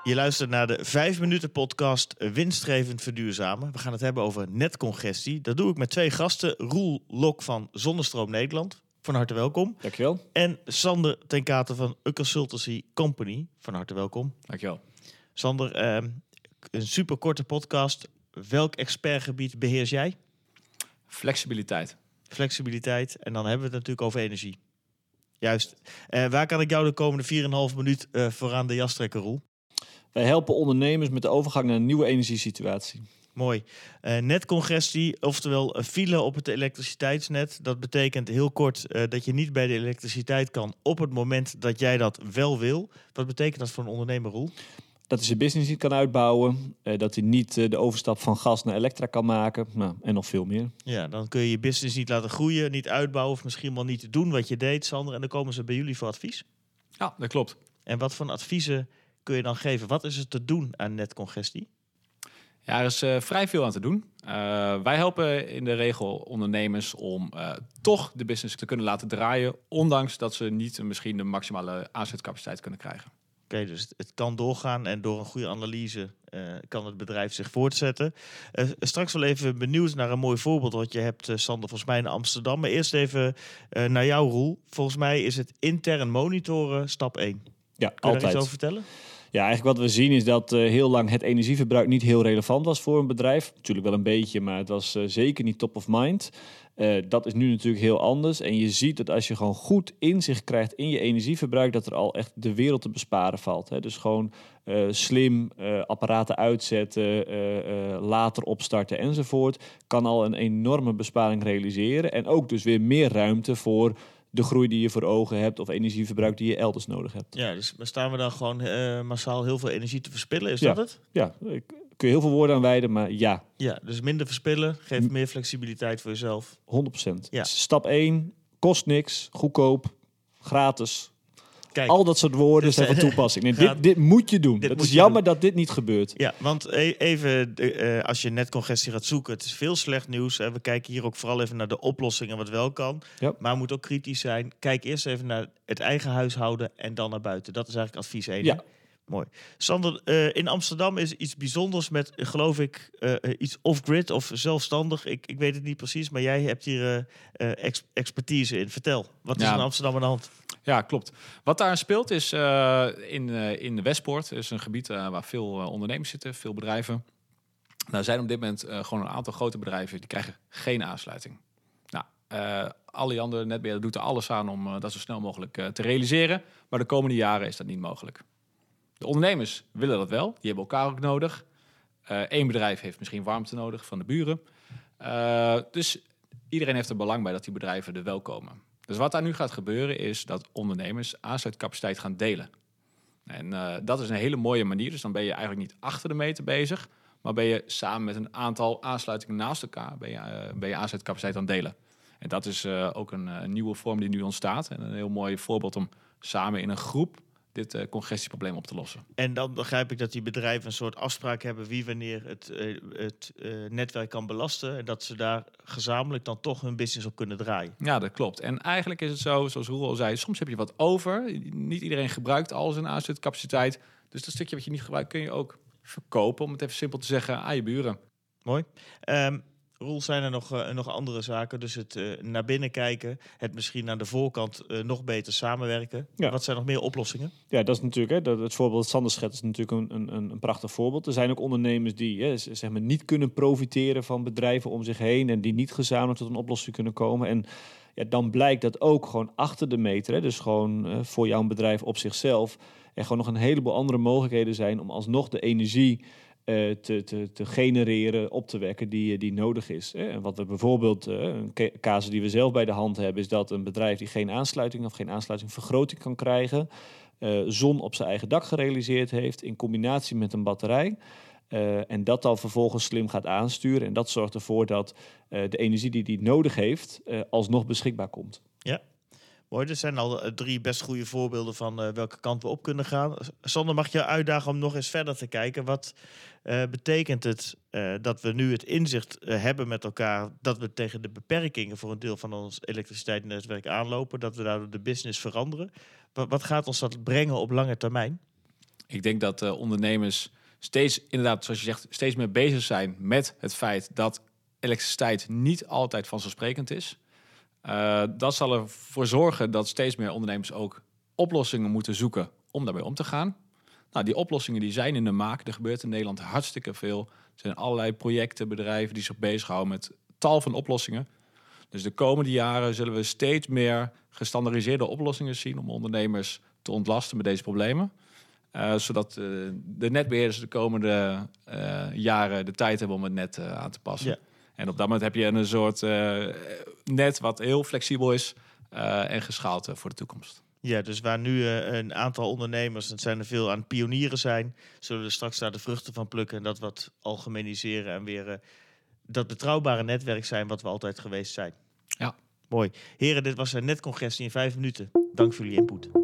Je luistert naar de 5 minuten podcast Winstgevend Verduurzamen. We gaan het hebben over netcongestie. Dat doe ik met 2 gasten. Roel Lok van Zonnestroom Nederland. Van harte welkom. Dankjewel. En Sander ten Katen van A Consultancy Company. Van harte welkom. Dankjewel. Sander, een superkorte podcast. Welk expertgebied beheers jij? Flexibiliteit. Flexibiliteit. En dan hebben we het natuurlijk over energie. Juist. Waar kan ik jou de komende 4,5 minuut voor aan de jas trekken, Roel? Wij helpen ondernemers met de overgang naar een nieuwe energiesituatie. Mooi. Netcongestie, oftewel file op het elektriciteitsnet. Dat betekent heel kort dat je niet bij de elektriciteit kan op het moment dat jij dat wel wil. Wat betekent dat voor een ondernemer, Roel? Dat hij zijn business niet kan uitbouwen. Dat hij niet de overstap van gas naar elektra kan maken. En nog veel meer. Ja, dan kun je je business niet laten groeien, niet uitbouwen of misschien wel niet doen wat je deed, Sander. En dan komen ze bij jullie voor advies. Ja, dat klopt. En wat voor adviezen kun je dan geven? Wat is er te doen aan netcongestie? Ja, er is vrij veel aan te doen. Wij helpen in de regel ondernemers om toch de business te kunnen laten draaien, ondanks dat ze niet misschien de maximale aanzetcapaciteit kunnen krijgen. Oké, dus het kan doorgaan en door een goede analyse kan het bedrijf zich voortzetten. Straks wel even benieuwd naar een mooi voorbeeld wat je hebt, Sander, volgens mij in Amsterdam. Maar eerst even naar jou, Roel. Volgens mij is het intern monitoren stap 1. Ja, Kun je altijd. daar iets over vertellen? Ja, eigenlijk wat we zien is dat heel lang het energieverbruik niet heel relevant was voor een bedrijf. Natuurlijk wel een beetje, maar het was zeker niet top of mind. Dat is nu natuurlijk heel anders. En je ziet dat als je gewoon goed inzicht krijgt in je energieverbruik, dat er al echt de wereld te besparen valt. Hè. Dus gewoon slim apparaten uitzetten, later opstarten enzovoort, kan al een enorme besparing realiseren. En ook dus weer meer ruimte voor de groei die je voor ogen hebt of energieverbruik die je elders nodig hebt. Ja, dus staan we dan gewoon massaal heel veel energie te verspillen? Is Ja. dat het? Ja, ik kun je heel veel woorden aan wijden, maar ja, Ja, dus minder verspillen, geeft meer flexibiliteit voor jezelf. 100%. Ja. Stap 1, kost niks, goedkoop, gratis. Kijk, Al dat soort woorden dus, zijn van toepassing. Nee, gaat- dit moet je doen. dit Het moet is je jammer dat dit niet gebeurt. ja, want even als je netcongestie gaat zoeken, het is veel slecht nieuws. Hè. We kijken hier ook vooral even naar de oplossingen wat wel kan. Ja. Maar moet ook kritisch zijn. Kijk eerst even naar het eigen huishouden en dan naar buiten. Dat is eigenlijk advies 1. Ja. Hè? Mooi. Sander, in Amsterdam is iets bijzonders met, geloof ik, iets off-grid of zelfstandig. Ik weet het niet precies, maar jij hebt hier expertise in. Vertel, wat is Ja. in Amsterdam aan de hand? Ja, klopt. Wat daar speelt is in de Westpoort. is een gebied waar veel ondernemers zitten, veel bedrijven. Nou zijn op dit moment gewoon een aantal grote bedrijven die krijgen geen aansluiting. Nou, Alliander Netbeheerder doet er alles aan om dat zo snel mogelijk te realiseren. Maar de komende jaren is dat niet mogelijk. De ondernemers willen dat wel. Die hebben elkaar ook nodig. Eén bedrijf heeft misschien warmte nodig van de buren. Dus iedereen heeft er belang bij dat die bedrijven er wel komen. Dus wat daar nu gaat gebeuren is dat ondernemers aansluitcapaciteit gaan delen. En dat is een hele mooie manier. Dus dan ben je eigenlijk niet achter de meter bezig, maar ben je samen met een aantal aansluitingen naast elkaar ben je aansluitcapaciteit aan het delen. En dat is ook een nieuwe vorm die nu ontstaat. En een heel mooi voorbeeld om samen in een groep dit congestieprobleem op te lossen. En dan begrijp ik dat die bedrijven een soort afspraak hebben wie wanneer het netwerk kan belasten. En dat ze daar gezamenlijk dan toch hun business op kunnen draaien. Ja, dat klopt. En eigenlijk is het zo, zoals Roel al zei, soms heb je wat over. Niet iedereen gebruikt al zijn aansluitcapaciteit. Dus dat stukje wat je niet gebruikt kun je ook verkopen, om het even simpel te zeggen, aan je buren. Mooi. Roel, zijn er nog andere zaken? Dus het naar binnen kijken, het misschien aan de voorkant nog beter samenwerken. Ja. Wat zijn nog meer oplossingen? Ja, dat is natuurlijk, het voorbeeld dat Sander schetst is natuurlijk een prachtig voorbeeld. Er zijn ook ondernemers die zeg maar niet kunnen profiteren van bedrijven om zich heen en die niet gezamenlijk tot een oplossing kunnen komen. En ja, dan blijkt dat ook gewoon achter de meter, dus gewoon voor jouw bedrijf op zichzelf, er gewoon nog een heleboel andere mogelijkheden zijn om alsnog de energie te genereren, op te wekken die nodig is. En wat we bijvoorbeeld, een casus die we zelf bij de hand hebben, is dat een bedrijf die geen aansluiting of geen aansluitingvergroting kan krijgen, zon op zijn eigen dak gerealiseerd heeft in combinatie met een batterij. En dat dan vervolgens slim gaat aansturen. En dat zorgt ervoor dat de energie die die nodig heeft, alsnog beschikbaar komt. Ja. Mooi, er zijn al 3 best goede voorbeelden van welke kant we op kunnen gaan. Sander, mag je je uitdagen om nog eens verder te kijken. Wat betekent het dat we nu het inzicht hebben met elkaar dat we tegen de beperkingen voor een deel van ons elektriciteitsnetwerk aanlopen, dat we daardoor de business veranderen? Wat gaat ons dat brengen op lange termijn? Ik denk dat ondernemers steeds, inderdaad, zoals je zegt, steeds meer bezig zijn met het feit dat elektriciteit niet altijd vanzelfsprekend is. Dat zal ervoor zorgen dat steeds meer ondernemers ook oplossingen moeten zoeken om daarmee om te gaan. Nou, die oplossingen die zijn in de maak. Er gebeurt in Nederland hartstikke veel. Er zijn allerlei projecten, bedrijven die zich bezighouden met tal van oplossingen. Dus de komende jaren zullen we steeds meer gestandaardiseerde oplossingen zien om ondernemers te ontlasten met deze problemen. Zodat de netbeheerders de komende jaren de tijd hebben om het net aan te passen. Ja. En op dat moment heb je een soort net wat heel flexibel is en geschaald voor de toekomst. Ja, dus waar nu een aantal ondernemers, het zijn er veel, aan pionieren zijn, zullen we straks daar de vruchten van plukken en dat wat algemeniseren en weer dat betrouwbare netwerk zijn wat we altijd geweest zijn. Ja. Mooi. Heren, dit was een netcongressie in 5 minuten. Dank voor jullie input.